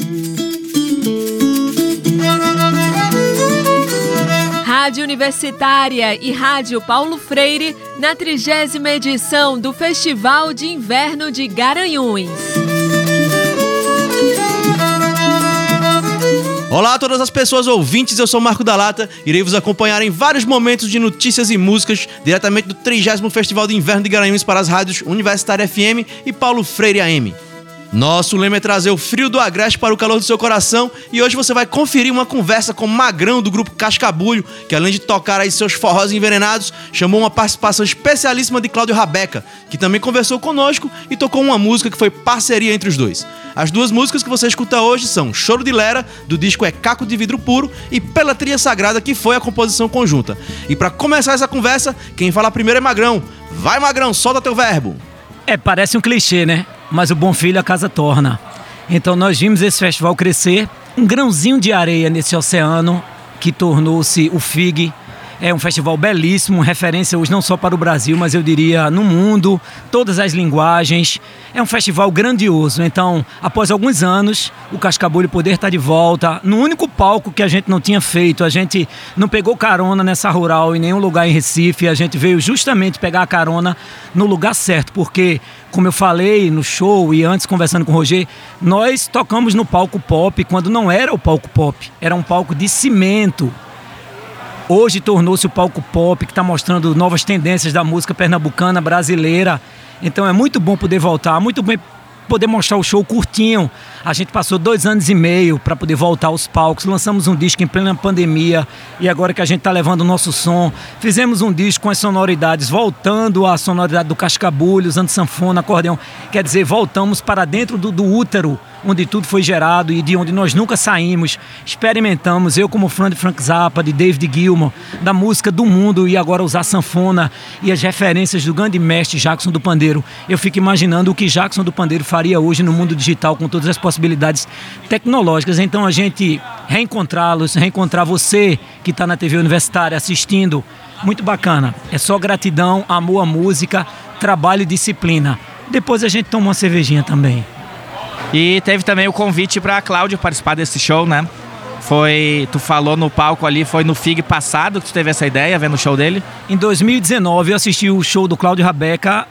Rádio Universitária e Rádio Paulo Freire, na 30ª edição do Festival de Inverno de Garanhuns. Olá a todas as pessoas ouvintes, eu sou Marco da Lata, irei vos acompanhar em vários momentos de notícias e músicas, diretamente do 30º Festival de Inverno de Garanhuns para as rádios Universitária FM e Paulo Freire AM. Nosso lema é trazer o frio do Agreste para o calor do seu coração e hoje você vai conferir uma conversa com Magrão do grupo Cascabulho, que além de tocar aí seus forrós envenenados, chamou uma participação especialíssima de Cláudio Rabeca, que também conversou conosco e tocou uma música que foi parceria entre os dois. As duas músicas que você escuta hoje são Choro de Lera, do disco É Caco de Vidro Puro, e Pela Trilha Sagrada, que foi a composição conjunta. E para começar essa conversa, quem fala primeiro é Magrão. Vai, Magrão, solta teu verbo! Parece um clichê, né? Mas o bom filho a casa torna. Então nós vimos esse festival crescer, um grãozinho de areia nesse oceano que tornou-se o FIG. É um festival belíssimo, referência hoje não só para o Brasil, mas eu diria no mundo, todas as linguagens. É um festival grandioso. Então, após alguns anos, o Cascabulho poder estar de volta no único palco que a gente não tinha feito. A gente não pegou carona nessa rural em nenhum lugar em Recife. A gente veio justamente pegar a carona no lugar certo, porque, como eu falei no show e antes conversando com o Roger, nós tocamos no palco pop quando não era o palco pop, era um palco de cimento. Hoje tornou-se o palco pop, que está mostrando novas tendências da música pernambucana, brasileira. Então é muito bom poder voltar, muito bom poder mostrar o show curtinho. A gente passou 2 anos e meio para poder voltar aos palcos. Lançamos um disco em plena pandemia e agora que a gente está levando o nosso som, fizemos um disco com as sonoridades, voltando à sonoridade do Cascabulho, usando sanfona, acordeão. Quer dizer, voltamos para dentro do útero, onde tudo foi gerado e de onde nós nunca saímos. Experimentamos, eu como fã de Frank Zappa, de David Gilmour, da música do mundo e agora usar sanfona e as referências do grande mestre Jackson do Pandeiro. Eu fico imaginando o que Jackson do Pandeiro faria hoje no mundo digital com todas as possibilidades tecnológicas. Então a gente reencontrá-los, reencontrar você que está na TV Universitária assistindo, muito bacana. É só gratidão, amor à música, trabalho e disciplina. Depois a gente toma uma cervejinha também. E teve também o convite para a Cláudia participar desse show, né? Tu falou no palco ali, foi no FIG passado que tu teve essa ideia, vendo o show dele? Em 2019 eu assisti o show do Cláudio Rabeca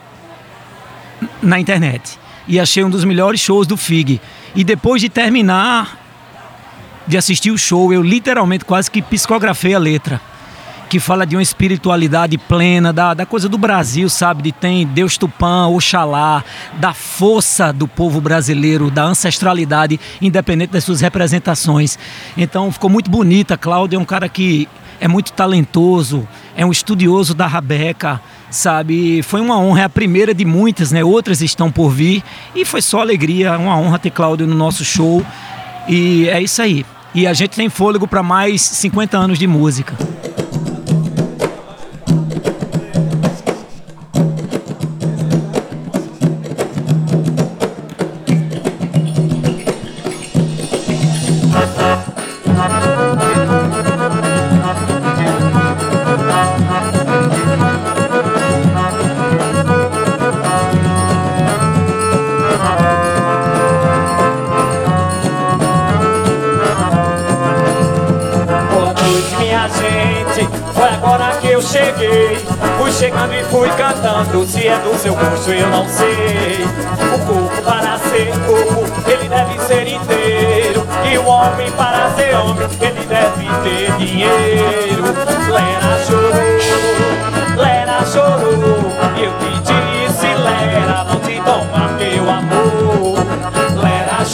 na internet e achei um dos melhores shows do FIG. E depois de terminar de assistir o show, eu literalmente quase que psicografei a letra, que fala de uma espiritualidade plena, da coisa do Brasil, sabe? Tem Deus Tupã, Oxalá, da força do povo brasileiro, da ancestralidade, independente das suas representações. Então ficou muito bonita. Cláudio é um cara que é muito talentoso, é um estudioso da Rabeca, sabe? Foi uma honra, é a primeira de muitas, né? Outras estão por vir e foi só alegria, uma honra ter Cláudio no nosso show e é isso aí. E a gente tem fôlego para mais 50 anos de música. Fui chegando e fui cantando, se é do seu gosto eu não sei. O corpo para ser corpo, ele deve ser inteiro. E o homem para ser homem, ele deve ter dinheiro. Lera chorou, eu te disse, Lera, não te toma meu amor. Lera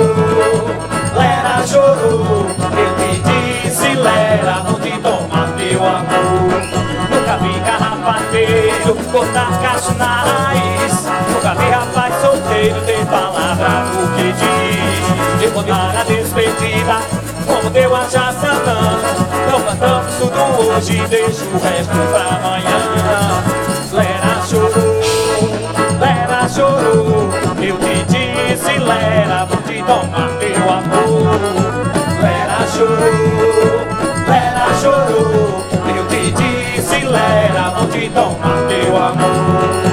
chorou, eu te disse, Lera, não te toma meu amor. Nunca vi carrapateiro cortar cacho na raiz. Nunca vi rapaz solteiro ter palavra no que diz. De contar a despedida, como deu a já Santana. Não cantamos tudo hoje, deixa o resto pra amanhã. Lera chorou, eu te disse, Lera, vou te tomar meu amor. Lera chorou, eu te disse, Lera, vou te tomar meu amor.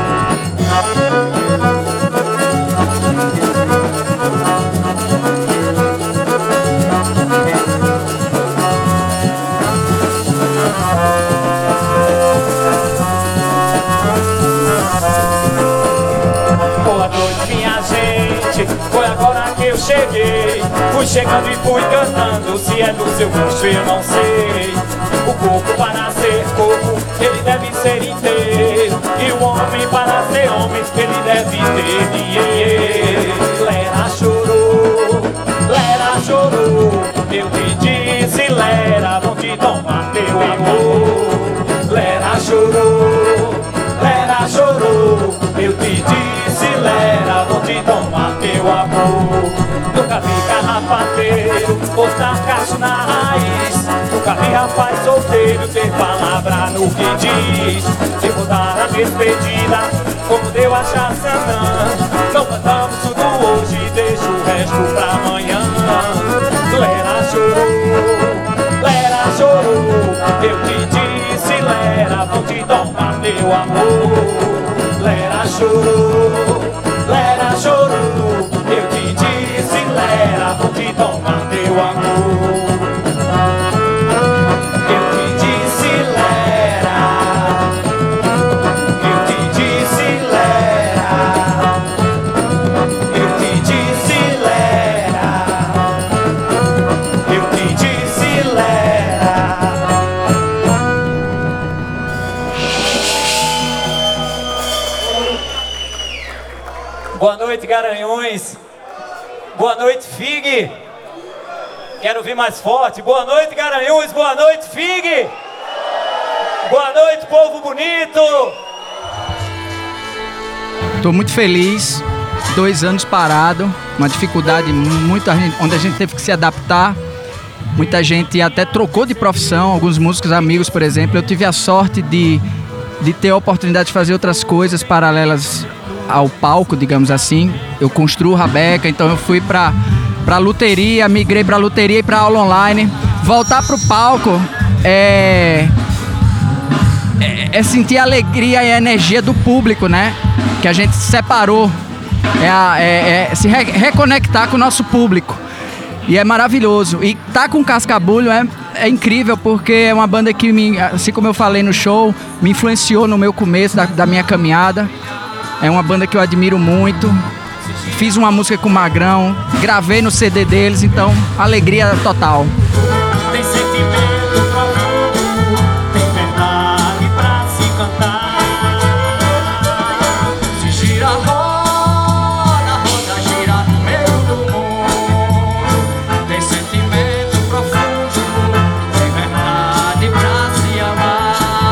sei. Fui chegando e fui cantando, se é do seu gosto eu não sei. O corpo para ser corpo, ele deve ser inteiro. E o homem para ser homem, ele deve ter. Lera chorou, eu te disse, Lera, vou te tomar teu amor. Lera chorou, eu te disse, Lera, vou te tomar teu amor. Nunca vi carrapateiro postar cacho na raiz. Nunca vi rapaz solteiro ter palavra no que diz. Se vou dar a despedida, como deu a chaçanã. Não cantamos tudo hoje, deixa o resto pra amanhã. Lera chorou, eu te disse, Lera, vou te tomar teu amor. Lera chorou, eu te disse, Lera, vou te tomar teu amor. Eu te disse, Lera, eu te disse, Lera, eu te disse, Lera, eu te disse, Lera. Boa noite, Garanhuns. Boa noite, FIG. Quero ouvir mais forte. Boa noite, Garanhuns. Boa noite, FIG. Boa noite, povo bonito. Estou muito feliz. 2 anos parado, uma dificuldade onde a gente teve que se adaptar. Muita gente até trocou de profissão, alguns músicos amigos, por exemplo. Eu tive a sorte de ter a oportunidade de fazer outras coisas paralelas ao palco, digamos assim. Eu construo Rabeca, então eu fui pra luteria, migrei pra luteria e pra aula online. Voltar pro palco é sentir a alegria e a energia do público, né? Que a gente separou. Se reconectar com o nosso público. E é maravilhoso. E tá com Cascabulho é incrível, porque é uma banda que, assim como eu falei no show, me influenciou no meu começo da minha caminhada. É uma banda que eu admiro muito. Fiz uma música com o Magrão, gravei no CD deles, então alegria total. Tem sentimento profundo, tem verdade pra se cantar. Se gira a roda gira no meio do mundo. Tem sentimento profundo, tem verdade pra se amar.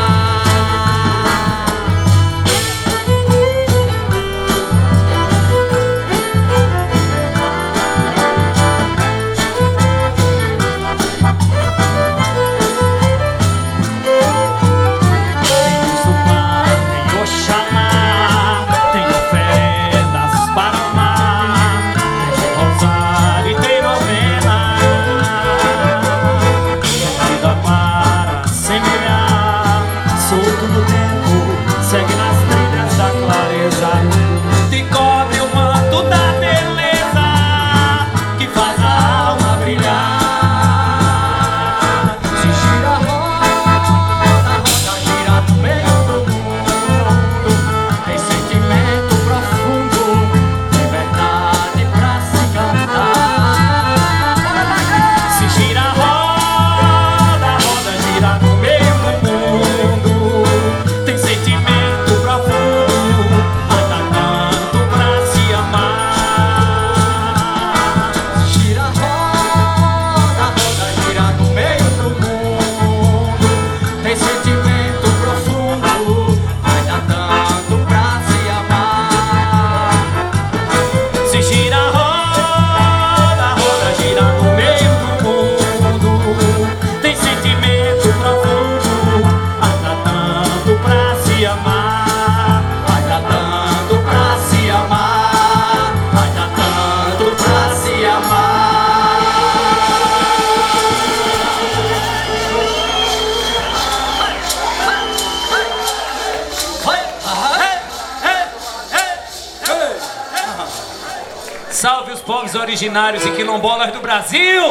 Salve os povos originários e quilombolas do Brasil!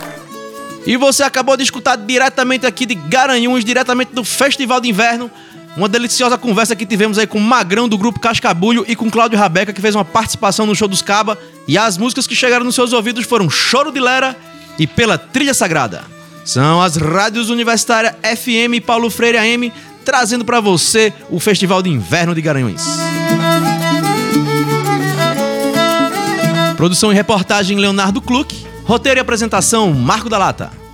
E você acabou de escutar diretamente aqui de Garanhuns, diretamente do Festival de Inverno, Uma deliciosa conversa que tivemos aí com o Magrão do grupo Cascabulho e com Cláudio Rabeca, que fez uma participação no show dos Caba. E as músicas que chegaram nos seus ouvidos foram Choro de Lera e Pela Trilha Sagrada. São as rádios Universitária FM e Paulo Freire AM, trazendo para você o Festival de Inverno de Garanhuns. Produção e reportagem Leonardo Kluck. Roteiro e apresentação Marco da Lata.